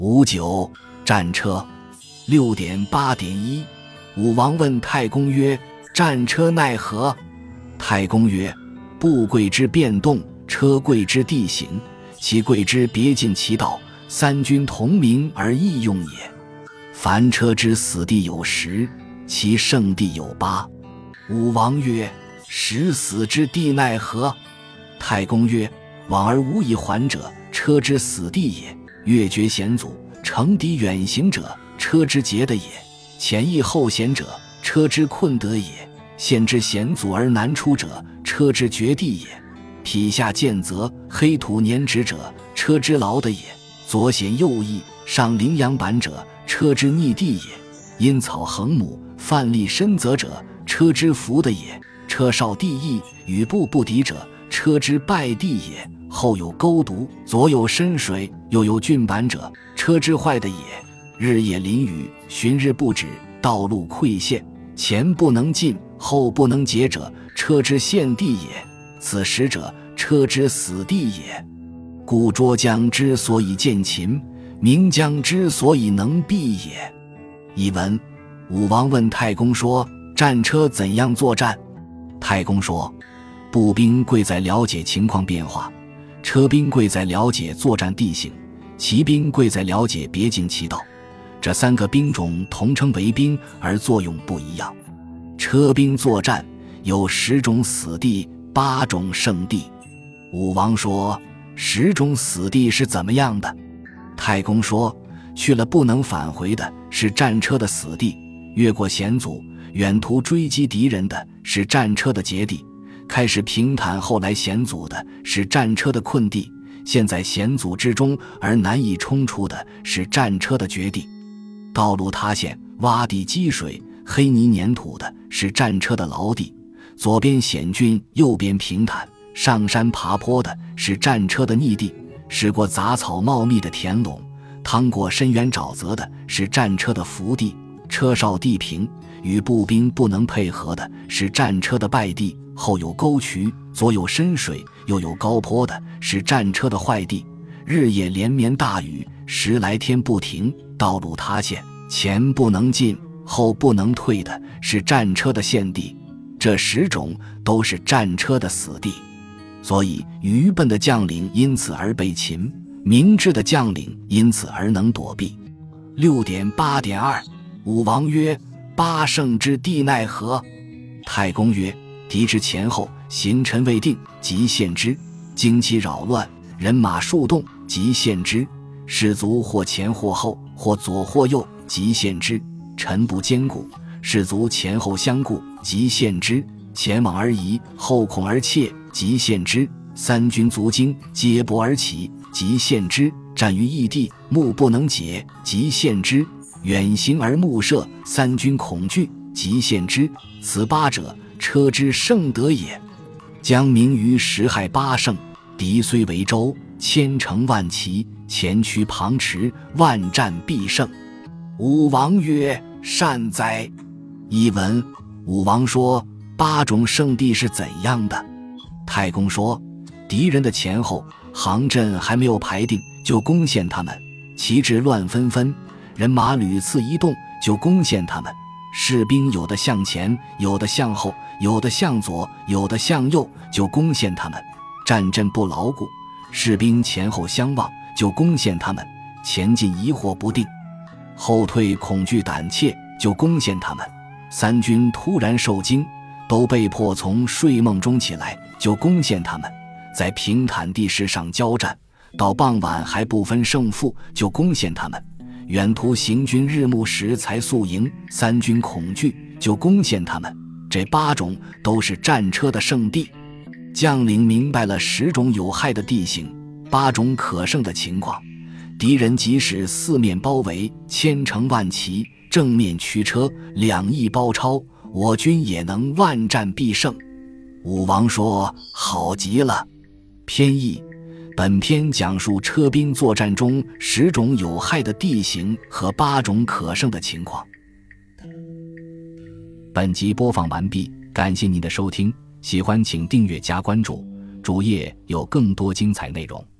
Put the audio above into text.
59战车。6.8.1 武王问太公曰：战车奈何？太公曰：步贵之变动，车贵之地形，其贵之别尽其道，三军同名而异用也。凡车之死地有10，其胜地有8。武王曰：10死之地奈何？太公曰：往而无以还者，车之死地也；越绝险阻，乘敌远行者，车之捷得也；前易后险者，车之困得也；陷之险阻而难出者，车之绝地也；匹下见泽，黑土粘直者，车之劳得也；左险右易，上羚羊板者，车之逆地也；阴草横亩，范蠡深泽者，车之服得也；车少地易，与步不敌者，车之败地也；后有沟渎，左有深水，右有峻坂者，车之坏的也；日夜淋雨，旬日不止，道路溃陷，前不能进，后不能捷者，车之陷地也。此时者，车之死地也。故涿江之所以见秦，鸣江之所以能避也。译文：武王问太公说：战车怎样作战？太公说：步兵贵在了解情况变化，车兵贵在了解作战地形，骑兵贵在了解别尽其道。这3个兵种同称为兵，而作用不一样。车兵作战有10种死地，8种胜地。武王说：10种死地是怎么样的？太公说：去了不能返回的是战车的死地，越过险阻，远途追击敌人的是战车的捷地，开始平坦后来险阻的是战车的困地，现在险阻之中而难以冲出的是战车的绝地。道路塌陷，洼地积水，黑泥粘土的是战车的劳地，左边险峻，右边平坦，上山爬坡的是战车的逆地，驶过杂草茂密的田垄，趟过深渊沼泽的是战车的福地，车少地平，与步兵不能配合的是战车的败地，后有沟渠，左有深水，右有高坡的是战车的坏地，日夜连绵大雨，10来天不停，道路塌陷，前不能进，后不能退的是战车的陷地。这10种都是战车的死地，所以愚笨的将领因此而被擒，明智的将领因此而能躲避。6.8.2 武王曰：八胜之地奈何？太公曰：敌之前后，行尘未定，即陷之；经其扰乱，人马数动，即陷之；士卒或前或后，或左或右，即陷之；臣不坚固，士卒前后相顾，即陷之；前往而移，后恐而怯，即陷之；三军卒惊，皆搏而起，即陷之；战于异地，目不能解，即陷之；远行而目射，三军恐惧，即陷之。此8者，车之胜得也。将名于10害8胜，敌虽为舟，千乘万骑，前驱旁驰，万战必胜。武王曰：善哉。译文：武王说8种胜地是怎样的？太公说：敌人的前后行阵还没有排定，就攻陷他们，旗帜乱纷纷，人马屡次移动，就攻陷他们，士兵有的向前，有的向后，有的向左，有的向右，就攻陷他们，战阵不牢固，士兵前后相望，就攻陷他们，前进疑惑不定，后退恐惧胆怯，就攻陷他们，三军突然受惊，都被迫从睡梦中起来，就攻陷他们，在平坦地势上交战，到傍晚还不分胜负，就攻陷他们，远途行军日暮时才宿营，三军恐惧，就攻陷他们。这8种都是战车的胜地。将领明白了10种有害的地形，8种可胜的情况，敌人即使四面包围，千乘万骑，正面驱车，两翼包抄，我军也能万战必胜。武王说：好极了。篇译：本篇讲述车兵作战中10种有害的地形和8种可胜的情况。本集播放完毕，感谢您的收听，喜欢请订阅加关注，主页有更多精彩内容。